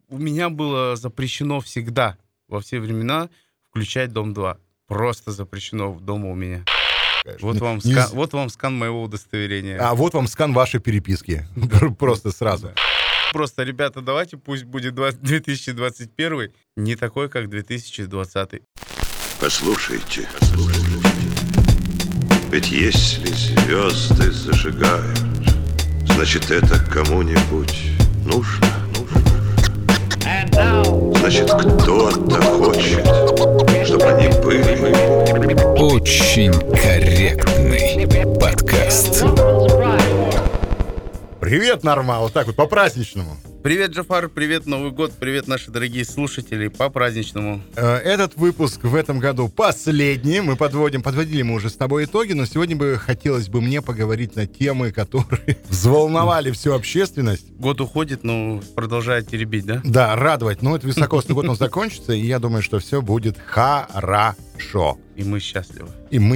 у меня было запрещено всегда, во все времена, включать «Дом-2». Просто запрещено дома у меня. Вот вам скан моего удостоверения. А вот вам скан вашей переписки. Просто сразу. Просто, ребята, давайте пусть будет 2021 не такой, как 2020. Послушайте. Ведь если звезды зажигают, значит, это кому-нибудь нужно. Значит, кто-то хочет, чтобы они были. Очень корректный подкаст. Привет, Норма, вот так вот, по-праздничному. Привет, Джафар, привет, Новый год, привет, наши дорогие слушатели, по-праздничному. Этот выпуск в этом году последний. Мы подводили мы уже с тобой итоги, но сегодня хотелось бы мне поговорить на темы, которые взволновали всю общественность. Год уходит, но продолжает теребить, да? Да, радовать. Но это високосный год, он закончится, и я думаю, что все будет хорошо. И мы счастливы.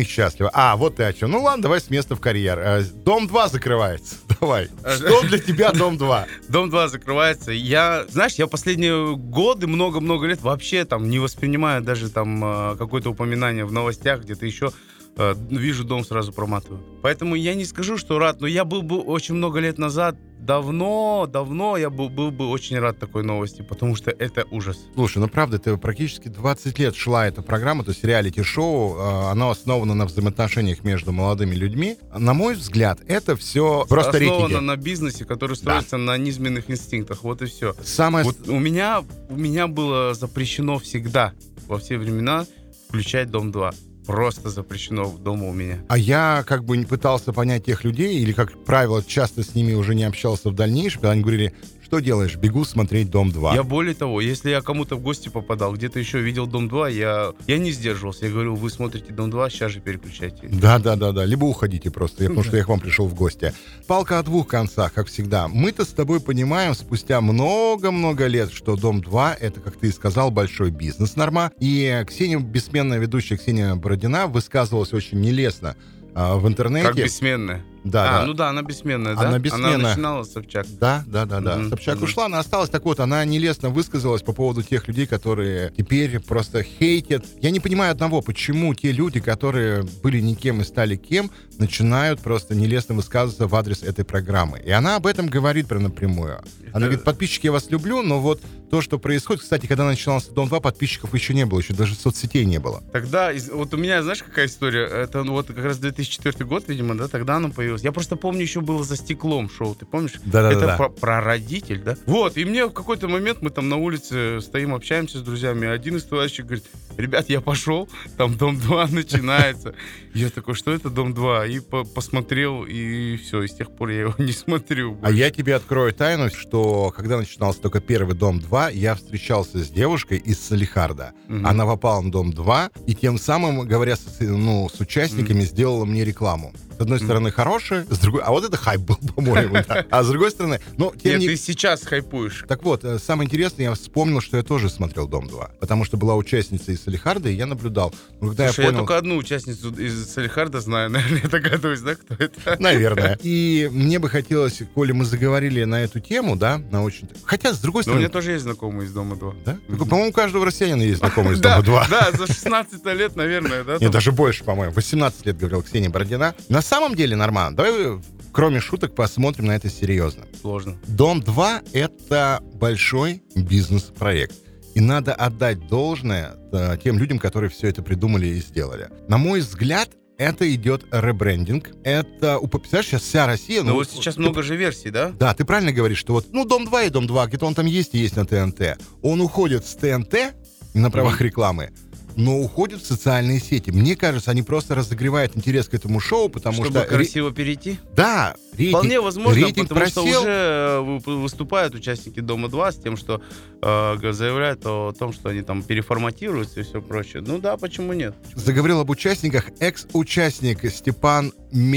А, вот ты о чем. Ну ладно, давай с места в карьер. «Дом-2» закрывается. Давай. Что для тебя «Дом-2»? «Дом-2» закрывается. Я последние годы, много-много лет вообще там не воспринимаю даже там какое-то упоминание в новостях, где-то еще. Вижу «Дом», сразу проматываю. Поэтому я не скажу, что рад, но я был бы очень много лет назад, давно я был бы очень рад такой новости, потому что это ужас. Слушай, ну правда, это практически 20 лет шла эта программа, то есть реалити-шоу, оно основано на взаимоотношениях между молодыми людьми. На мой взгляд, это все просто рейтинги. Основано на бизнесе, который строится на низменных инстинктах, вот и все. Вот у меня было запрещено всегда, во все времена, включать «Дом-2». Просто запрещено дома у меня. А я как бы не пытался понять тех людей, или, как правило, часто с ними уже не общался в дальнейшем, когда они говорили: что делаешь? Бегу смотреть «Дом-2». Я более того, если я кому-то в гости попадал, где-то еще видел «Дом-2», я не сдерживался. Я говорю: вы смотрите «Дом-2», сейчас же переключайте. Да. Либо уходите просто, потому что я к вам пришел в гости. Палка о двух концах, как всегда. Мы-то с тобой понимаем спустя много-много лет, что «Дом-2» — это, как ты и сказал, большой бизнес, Норма. И бессменная ведущая Ксения Бородина высказывалась очень нелестно в интернете. Как бессменная? Да. Ну да, она бессменная, да? Она бессменная. Она начинала с Собчак. Да. Собчак ушла, она осталась. Так вот, она нелестно высказалась по поводу тех людей, которые теперь просто хейтят. Я не понимаю одного, почему те люди, которые были никем и стали кем, начинают просто нелестно высказываться в адрес этой программы. И она об этом говорит прям напрямую. Она говорит: подписчики, я вас люблю, но вот то, что происходит... Кстати, когда начинался «Дом-2», подписчиков еще не было, еще даже соцсетей не было. Тогда, вот у меня, знаешь, какая история? Это вот как раз 2004 год, видимо, да, тогда она появилась. Я просто помню, еще было «За стеклом» шоу, ты помнишь? Да. Это про родитель, да? Вот, и мне в какой-то момент, мы там на улице стоим, общаемся с друзьями, один из товарищей говорит: ребят, я пошел, там «Дом-2» начинается. Я такой: что это «Дом-2»? И посмотрел, и все, и с тех пор я его не смотрю больше. А я тебе открою тайну, что когда начинался только первый «Дом-2», я встречался с девушкой из Салехарда. Она попала на «Дом-2», и тем самым, говоря с участниками, сделала мне рекламу. С одной стороны, хорошая, с другой... А вот это хайп был, по-моему, да. А с другой стороны... Ты сейчас хайпуешь. Так вот, самое интересное, я вспомнил, что я тоже смотрел «Дом-2», потому что была участница из Салехарда, и я наблюдал. Слушай, я только одну участницу из Салехарда знаю, наверное, я догадываюсь, да, кто это? Наверное. И мне бы хотелось, коли мы заговорили на эту тему, да, на очень... Хотя, с другой стороны... У меня тоже есть знакомые из «Дома-2». Да? По-моему, у каждого россиянина есть знакомый из «Дома-2». Да, за 16 лет, наверное, да? Нет, даже больше, по-моему. 18 лет, говорила Ксения Бородина. На самом деле, Норман, давай, кроме шуток, посмотрим на это серьезно. Сложно. «Дом-2» — это большой бизнес-проект. И надо отдать должное тем людям, которые все это придумали и сделали. На мой взгляд, это идет ребрендинг. Это, представляешь, сейчас вся Россия... Ну вот сейчас много же версий, да? Да, ты правильно говоришь, что вот, «Дом-2» и «Дом-2», где-то он там есть и есть на ТНТ. Он уходит с ТНТ на правах рекламы, но уходят в социальные сети. Мне кажется, они просто разогревают интерес к этому шоу, потому чтобы красиво перейти? Да. Вполне возможно, потому просел. Что уже выступают участники «Дома-2» с тем, что заявляют о том, что они там переформатируются и все прочее. Ну да, почему нет? Заговорил об участниках экс-участник Степан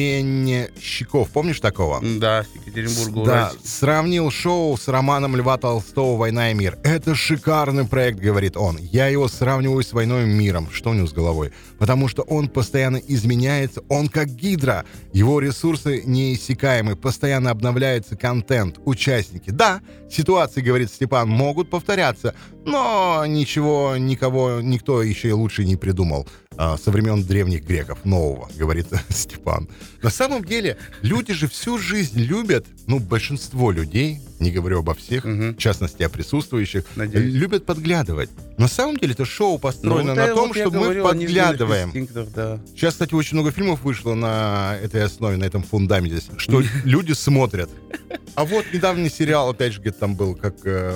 Менщиков. Помнишь такого? Да, с Екатеринбурга. Да, сравнил шоу с романом Льва Толстого «Война и мир». Это шикарный проект, говорит он. Я его сравниваю с «Войной своим миром. Что у него с головой? Потому что он постоянно изменяется, он как гидра. Его ресурсы неиссякаемы, постоянно обновляется контент, участники. Да, ситуации, говорит Степан, могут повторяться, но никто еще и лучше не придумал со времен древних греков нового, говорит Степан. На самом деле, люди же всю жизнь любят, большинство людей, не говорю обо всех, в частности о присутствующих, любят подглядывать. На самом деле это шоу построено на том, что мы подглядываем. Да. Сейчас, кстати, очень много фильмов вышло на этой основе, на этом фундаменте, что люди смотрят. А вот недавний сериал, опять же, где-то там был,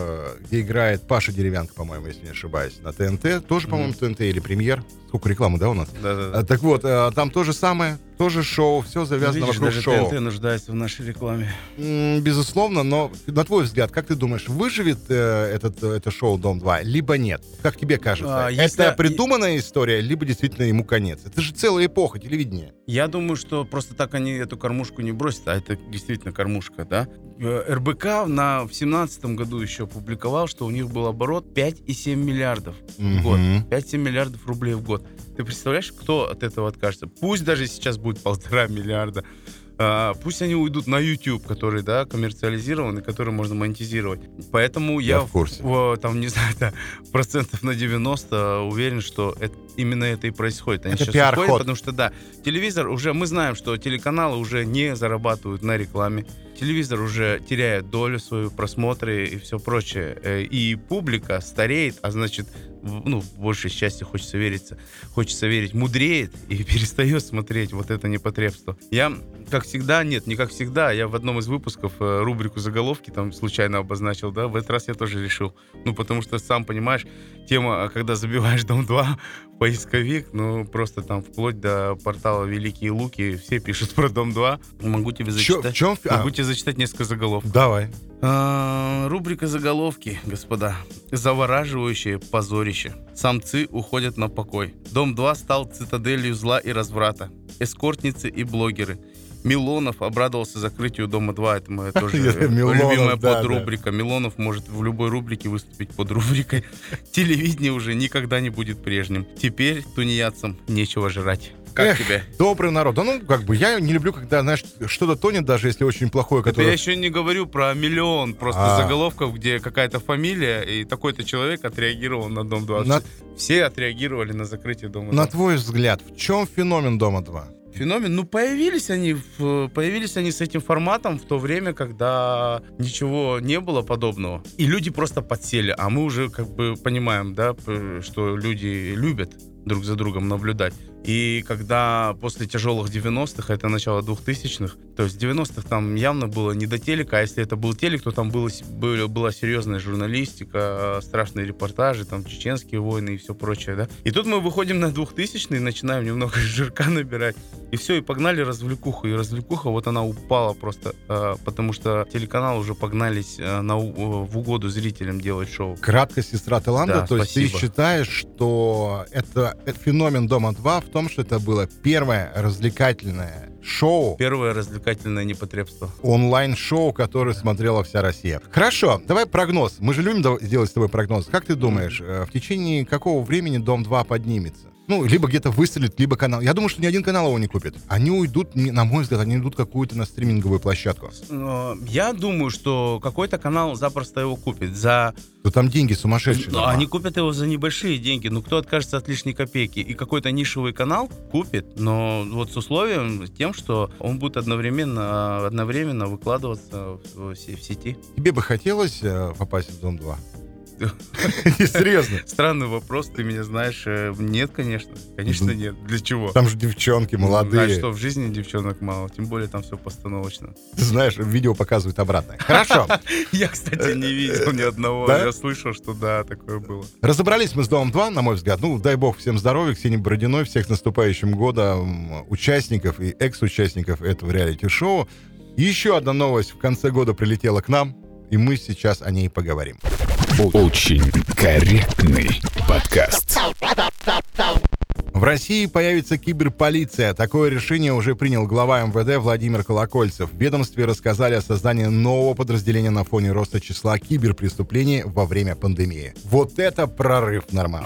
где играет Паша Деревянко, по-моему, если не ошибаюсь, на ТНТ. Тоже, по-моему, ТНТ или Премьер. Сколько рекламы, да, у нас? Да. Так вот, там то же самое, тоже шоу, все завязано вокруг даже шоу. ТНТ нуждается в нашей рекламе. Безусловно, но на твой взгляд, как ты думаешь, выживет это шоу «Дом-2», либо нет? Как тебе кажется? Это придуманная история, либо действительно ему конец? Это же целая эпоха телевидения. Я думаю, что просто так они эту кормушку не бросят, а это действительно кормушка, да? РБК в 2017 году еще публиковал, что у них был оборот 5,7 миллиардов в год. 5,7 миллиардов рублей в год. Ты представляешь, кто от этого откажется? Пусть даже сейчас будет 1,5 миллиарда. Пусть они уйдут на YouTube, который, коммерциализирован и который можно монетизировать. Поэтому я в курсе. Там, не знаю, процентов на 90 уверен, что именно это и происходит. Они это сейчас пиар-ход. уходят, потому что, телевизор уже, мы знаем, что телеканалы уже не зарабатывают на рекламе. Телевизор уже теряет долю свою, просмотры и все прочее. И публика стареет, а значит, в большей части хочется верить, мудреет и перестает смотреть вот это непотребство. Я, как всегда, не как всегда, я в одном из выпусков рубрику «Заголовки» там случайно обозначил, в этот раз я тоже решил. Потому что, сам понимаешь, тема, когда забиваешь «Дом-2» в поисковик, просто там вплоть до портала «Великие Луки» все пишут про «Дом-2». Могу тебе зачитать. Могу тебе зачитать несколько заголовков. Давай. Рубрика «Заголовки», господа. Завораживающее позорище. Самцы уходят на покой. «Дом-2» стал цитаделью зла и разврата. Эскортницы и блогеры. Милонов обрадовался закрытию «Дома-2». Это моя тоже любимая подрубрика. Милонов может в любой рубрике выступить под рубрикой. Телевидение уже никогда не будет прежним. Теперь тунеядцам нечего жрать. Как тебе? Добрый народ. Я не люблю, когда, знаешь, что-то тонет, даже если очень плохое, которое... Я еще не говорю про миллион просто заголовков, где какая-то фамилия, и такой-то человек отреагировал на «Дом-2». Все отреагировали на закрытие «Дома-2». На твой взгляд, в чем феномен «Дома-2»? Феномен? Появились они с этим форматом в то время, когда ничего не было подобного. И люди просто подсели. А мы уже понимаем, что люди любят друг за другом наблюдать. И когда после тяжелых 90-х, это начало 2000-х, то есть в 90-х там явно было не до телека, а если это был телек, то там была серьезная журналистика, страшные репортажи, там чеченские войны и все прочее, да. И тут мы выходим на 2000-е, начинаем немного жирка набирать, и все, и погнали развлекуху. И развлекуха, она упала просто, потому что телеканалы уже погнались в угоду зрителям делать шоу. Краткость сестра таланта, Да, то спасибо. есть ты считаешь, что это феномен «Дома-2» в том, что это было первое развлекательное шоу. Первое развлекательное непотребство. Онлайн-шоу, которое смотрела вся Россия. Хорошо, давай прогноз. Мы же любим делать с тобой прогноз. Как ты думаешь, в течение какого времени «Дом-2» поднимется? Либо где-то выстрелит, либо канал. Я думаю, что ни один канал его не купит. Они уйдут, на мой взгляд, какую-то на стриминговую площадку. Я думаю, что какой-то канал запросто его купит. То там деньги сумасшедшие. Они купят его за небольшие деньги. Кто откажется от лишней копейки? И какой-то нишевый канал купит, но с условием тем, что он будет одновременно выкладываться в сети. Тебе бы хотелось попасть в «Дом-2»? Серьезно. Странный вопрос, ты меня знаешь. Нет, конечно. Конечно, нет. Для чего? Там же девчонки молодые. А что, в жизни девчонок мало? Тем более там все постановочно. Ты знаешь, видео показывает обратное. Хорошо. Я, кстати, не видел ни одного. Да? Я слышал, что да, такое было. Разобрались мы с «Домом-2», на мой взгляд. Дай бог всем здоровья, Ксении Бородиной, всех с наступающим годом, участников и экс-участников этого реалити-шоу. И еще одна новость в конце года прилетела к нам, и мы сейчас о ней поговорим. Очень корректный подкаст. В России появится киберполиция. Такое решение уже принял глава МВД Владимир Колокольцев. В ведомстве рассказали о создании нового подразделения на фоне роста числа киберпреступлений во время пандемии. Вот это прорыв, нормально.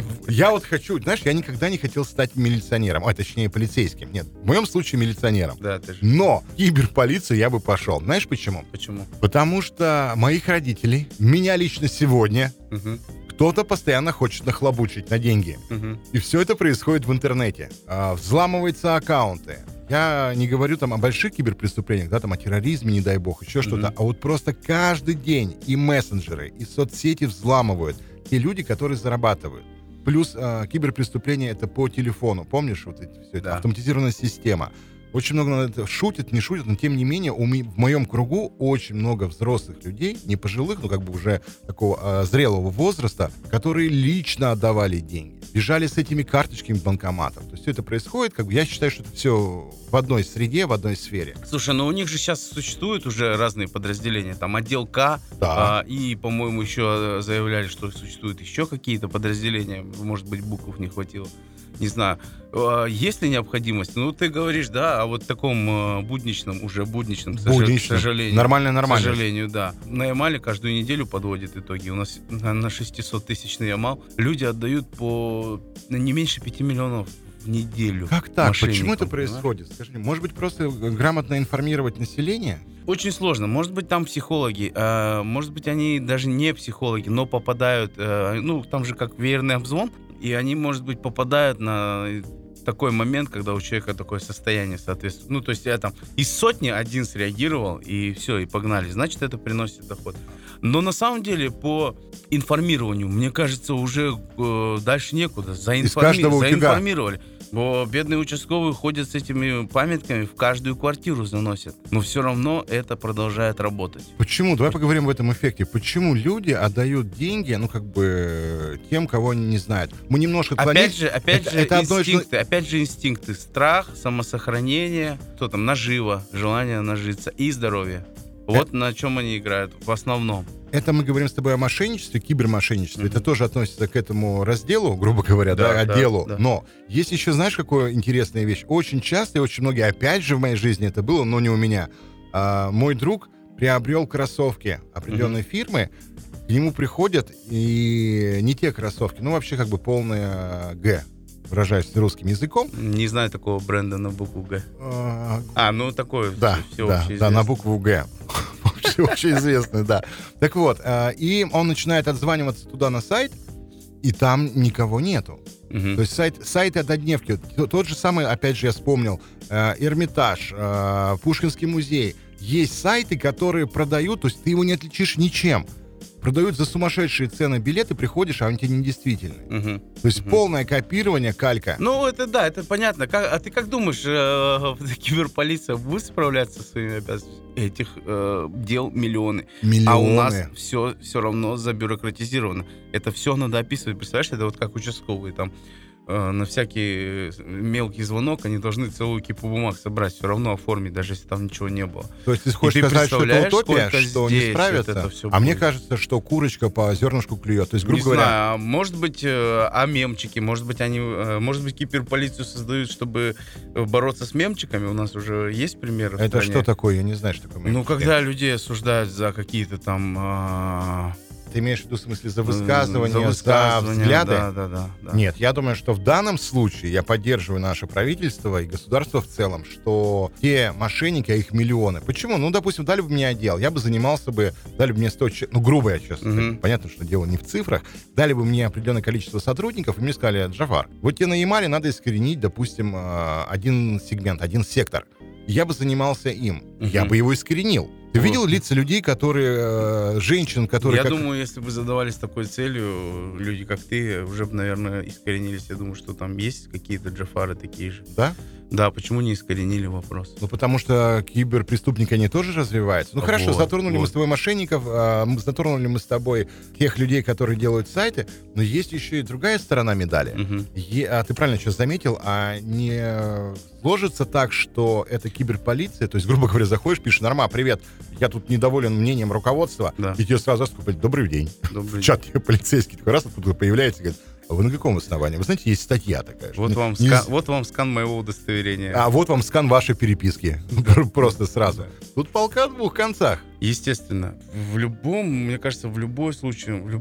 Я вот хочу, знаешь, я никогда не хотел стать милиционером, точнее полицейским. Нет, в моем случае милиционером. Да, ты же. Но киберполицию я бы пошел. Знаешь почему? Почему? Потому что моих родителей, меня лично сегодня, Мгм. кто-то постоянно хочет нахлобучить на деньги. Мгм. И все это происходит в интернете. Взламываются аккаунты. Я не говорю там о больших киберпреступлениях, да, там о терроризме, не дай бог, еще что-то. А вот просто каждый день и мессенджеры, и соцсети взламывают те люди, которые зарабатывают. Плюс киберпреступления — это по телефону. Помнишь, вот это все это? Да. Автоматизированная система. Очень много на это шутят, не шутят, но тем не менее в моем кругу очень много взрослых людей, не пожилых, но как бы уже такого зрелого возраста, которые лично отдавали деньги. Бежали с этими карточками банкоматов. То есть все это происходит, как бы я считаю, что это все в одной среде, в одной сфере. Слушай, ну у них же сейчас существуют уже разные подразделения. Там отдел К, Да. и, по-моему, еще заявляли, что существуют еще какие-то подразделения. Может быть, букв не хватило. Не знаю. Есть ли необходимость? Ну, ты говоришь, да, о вот таком будничном, к сожалению. Нормально. К сожалению, да. На Ямале каждую неделю подводят итоги. У нас на 600-тысячный Ямал люди отдают по не меньше 5 миллионов в неделю. Как так? Почему мошенникам, это понимаешь? происходит? Скажи мне, может быть, просто грамотно информировать население? Очень сложно. Может быть, там психологи, может быть, они даже не психологи, но попадают, там же как веерный обзвон, и они, может быть, попадают на такой момент, когда у человека такое состояние соответствует. Ну, то есть я там из сотни один среагировал, и все, и погнали. Значит, это приносит доход. Но на самом деле по информированию, мне кажется, уже дальше некуда. каждого утюга. Заинформировали. Бо бедные участковые ходят с этими памятками, в каждую квартиру заносят. Но все равно это продолжает работать. Почему? Давай поговорим об этом эффекте. Почему люди отдают деньги, тем, кого они не знают? Мы немножко Опять же, это одно из- инстинкты. Страх, самосохранение, что там, нажива, желание нажиться и здоровье. Вот на чем они играют в основном. Это мы говорим с тобой о мошенничестве, кибермошенничестве. Это тоже относится к этому разделу, грубо говоря, Да, отделу. да. Но есть еще, знаешь, какая интересная вещь? Очень часто и очень многие, опять же, в моей жизни это было, но не у меня. Мой друг приобрел кроссовки определенной фирмы, к нему приходят и не те кроссовки, вообще как бы полное Г, выражаясь русским языком. Не знаю такого бренда на букву Г. Такое Да, на букву Г. Очень известный, да. Так вот, и он начинает отзваниваться туда на сайт, и там никого нету. То есть сайты однодневки. Тот же самый, опять же, я вспомнил, Эрмитаж, Пушкинский музей. Есть сайты, которые продают, то есть ты его не отличишь ничем. Продают за сумасшедшие цены билеты, приходишь, а он тебе недействительный. То есть полное копирование, калька. Ну, это понятно. А ты как думаешь, киберполиция будет справляться со своими обязанностями? Этих дел миллионы. А у нас все равно забюрократизировано. Это все надо описывать. Представляешь, это вот как участковые там на всякий мелкий звонок они должны целую кипу бумаг собрать, все равно оформить, даже если там ничего не было. То есть ты хочешь сказать, что это утопия, что не справятся? Вот это все мне кажется, что курочка по зернышку клюет. То есть, грубо говоря... знаю, может быть, мемчики, может быть, киберполицию создают, чтобы бороться с мемчиками. У нас уже есть примеры. Это что такое? Я не знаю, что такое мемчики. Когда людей осуждают за какие-то там... Ты имеешь в виду, в смысле, за высказывания, за взгляды? Да. Нет, я думаю, что в данном случае я поддерживаю наше правительство и государство в целом, что те мошенники, а их миллионы. Почему? Допустим, дали бы мне отдел, я бы занимался бы, дали бы мне 100 человек, грубо я сейчас скажу, понятно, что дело не в цифрах, дали бы мне определенное количество сотрудников, и мне сказали: Джафар, вот тебе на Ямале надо искоренить, допустим, один сегмент, один сектор. Я бы занимался им, я бы его искоренил. Ты видел лица людей, которые, женщин, которые... Я думаю, если бы задавались такой целью, люди, как ты, уже бы, наверное, искоренились. Я думаю, что там есть какие-то Джафары такие же. Да? Да, почему не искоренили вопрос? Потому что киберпреступники, они тоже развиваются. Хорошо, затронули мы с тобой мошенников, затронули мы с тобой тех людей, которые делают сайты, но есть еще и другая сторона медали. Ты правильно сейчас заметил, не сложится так, что это киберполиция, то есть, грубо говоря, заходишь, пишешь: Норма, привет, я тут недоволен мнением руководства, и тебе сразу скупать: добрый день. В чат полицейский такой раз откуда появляется и говорит: Вы на каком основании? Вы знаете, есть статья такая. Вот вам скан моего удостоверения. А вот вам скан вашей переписки. Просто сразу. Тут полка в двух концах. Естественно. Мне кажется, в любой случае, в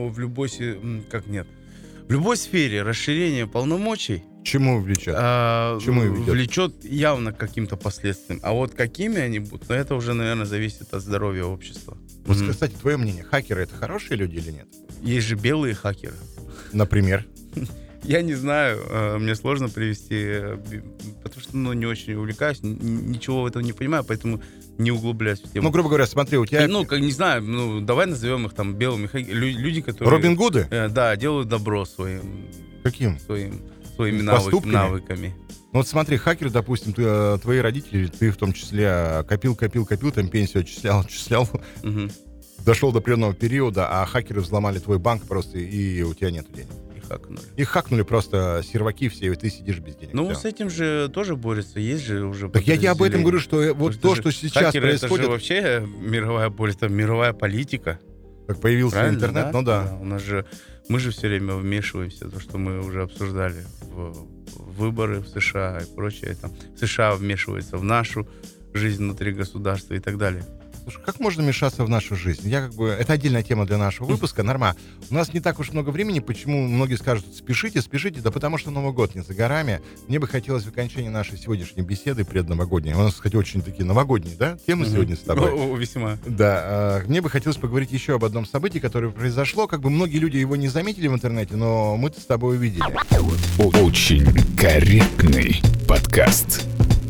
любой сфере расширение полномочий Чему влечет? Чему ведет? Влечет явно к каким-то последствиям. А вот какими они будут, это уже, наверное, зависит от здоровья общества. Вот, кстати, твое мнение, хакеры — это хорошие люди или нет? Есть же белые хакеры. Например? Я не знаю, мне сложно привести, потому что не очень увлекаюсь, ничего в этом не понимаю, поэтому не углубляюсь в тему. Ну, грубо говоря, смотри, у тебя... не знаю, давай назовем их там белыми хакерами. Люди, которые... Робин Гуды? Да, делают добро Каким? Своими навыками. Ну вот смотри, хакеры, допустим, твои родители, ты в том числе копил, там пенсию отчислял, дошел до определенного периода, а хакеры взломали твой банк просто, и у тебя нет денег. Их хакнули просто серваки все, и ты сидишь без денег. Ну, все. С этим же тоже борются, есть же уже... Так я тебе об этом говорю, что вот то, что сейчас хакеры, происходит... это же вообще мировая боль, это мировая политика. Как появился правильно, интернет, да? ну да. У нас же... Мы же все время вмешиваемся, то, что мы уже обсуждали, в выборы в США и прочее. Там, США вмешивается в нашу жизнь внутри государства и так далее. Слушай, как можно мешаться в нашу жизнь? Это отдельная тема для нашего выпуска, нормально. У нас не так уж много времени, почему многие скажут, спешите, да потому что Новый год не за горами. Мне бы хотелось в окончании нашей сегодняшней беседы предновогодней, у нас, кстати, очень такие новогодние, да, темы сегодня с тобой. Весьма. Да, мне бы хотелось поговорить еще об одном событии, которое произошло, многие люди его не заметили в интернете, но мы-то с тобой увидели. Очень корректный подкаст.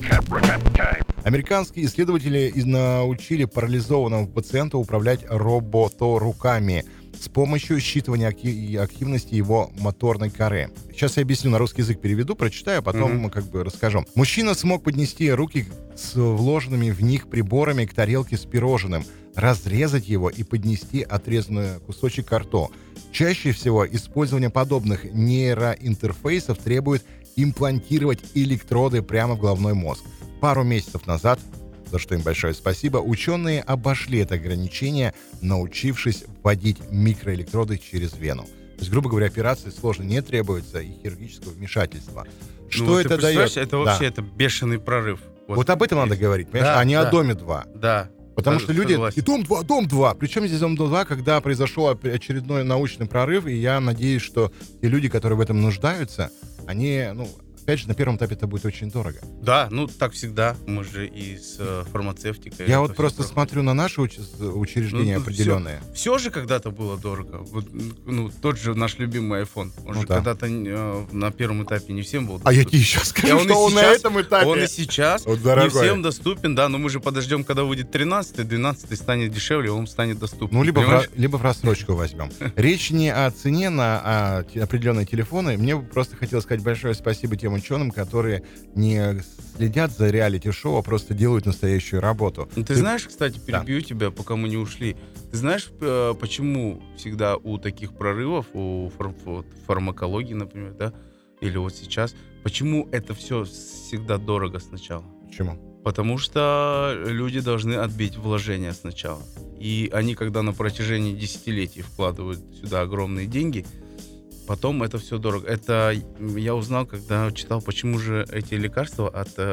Американские исследователи научили парализованного пациента управлять роботоруками с помощью считывания активности его моторной коры. Сейчас я объясню, на русский язык переведу, прочитаю, а потом расскажу. Мужчина смог поднести руки с вложенными в них приборами к тарелке с пирожным, разрезать его и поднести отрезанный кусочек ко рту. Чаще всего использование подобных нейроинтерфейсов требует имплантировать электроды прямо в головной мозг. Пару месяцев назад, за что им большое спасибо, ученые обошли это ограничение, научившись вводить микроэлектроды через вену. То есть, грубо говоря, операции сложно не требуется и хирургического вмешательства. Что это дает? Это вообще это бешеный прорыв. Вот об этом надо говорить, понимаешь? А не о Доме 2. Да. Потому что люди... И Дом 2. Причем здесь Дом 2, когда произошел очередной научный прорыв, и я надеюсь, что те люди, которые в этом нуждаются, они... Опять же, на первом этапе это будет очень дорого. Да, так всегда. Мы же и с фармацевтикой. Я вот просто смотрю на наши учреждения определенные. Все же когда-то было дорого. Вот, тот же наш любимый iPhone. Он же когда-то на первом этапе не всем был доступен. А я тебе сейчас скажу, что он на этом этапе. Он и сейчас не всем доступен, да, но мы же подождем, когда выйдет 13-й, 12-й станет дешевле, он станет доступен. Либо в рассрочку возьмем. Речь не о цене на определенные телефоны. Мне бы просто хотелось сказать большое спасибо тем ученым, которые не следят за реалити-шоу, а просто делают настоящую работу. Ты знаешь, кстати, перебью тебя, пока мы не ушли. Ты знаешь, почему всегда у таких прорывов, у фармакологии, например, да, или вот сейчас, почему это все всегда дорого сначала? Почему? Потому что люди должны отбить вложения сначала. И они, когда на протяжении десятилетий вкладывают сюда огромные деньги, потом это все дорого. Это я узнал, когда читал, почему же эти лекарства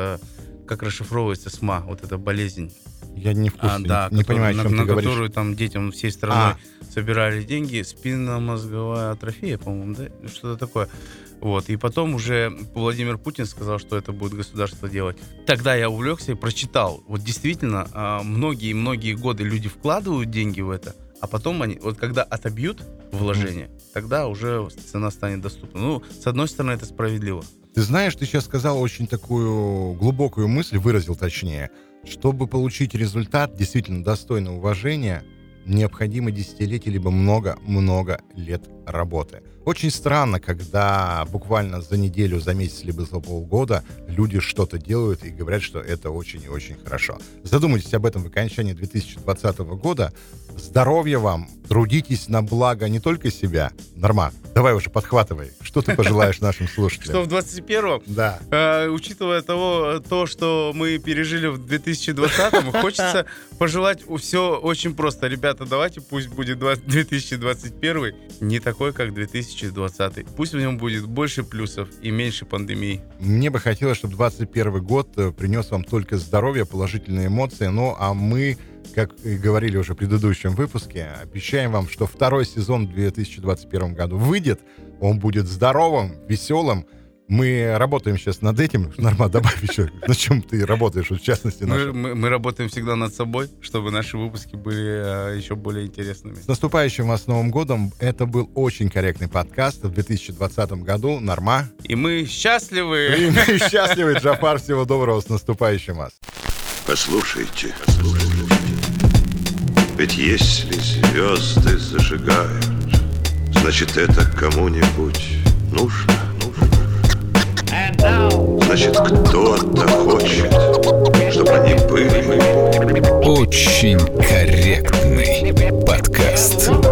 как расшифровывается СМА, вот эта болезнь. Я не в курсе, не понимаю, о чем ты говоришь. На которую там детям всей страной собирали деньги. Спинномозговая атрофия, по-моему, да? Что-то такое. Вот. И потом уже Владимир Путин сказал, что это будет государство делать. Тогда я увлекся и прочитал. Вот действительно, многие годы люди вкладывают деньги в это, а потом они, вот когда отобьют вложения, тогда уже цена станет доступна. С одной стороны, это справедливо. Ты знаешь, ты сейчас сказал очень такую глубокую мысль, выразил точнее. Чтобы получить результат, действительно достойный уважения, необходимо десятилетия, либо много-много лет работы. Очень странно, когда буквально за неделю, за месяц, либо за полгода люди что-то делают и говорят, что это очень и очень хорошо. Задумайтесь об этом в окончании 2020 года. Здоровья вам, трудитесь на благо не только себя, Давай уже подхватывай. Что ты пожелаешь нашим слушателям? Что в 21-м? Да. Учитывая то, что мы пережили в 2020-м, хочется пожелать все очень просто. Ребята, давайте пусть будет 2021 не такой, как 2020. Пусть в нем будет больше плюсов и меньше пандемий. Мне бы хотелось, чтобы 2021 год принес вам только здоровье, положительные эмоции. Ну, а мы, как и говорили уже в предыдущем выпуске, обещаем вам, что второй сезон в 2021 году выйдет. Он будет здоровым, веселым. Мы работаем сейчас над этим. Норма, добавь еще, над чем ты работаешь, в частности. Мы работаем всегда над собой, чтобы наши выпуски были еще более интересными. С наступающим вас Новым годом. Это был очень корректный подкаст в 2020 году. Норма. И мы счастливы. И мы счастливы, Джафар. Всего доброго, с наступающим вас. Послушайте. Ведь если звезды зажигают, значит, это кому-нибудь нужно. Значит, кто-то хочет, чтобы они были. Очень корректный подкаст.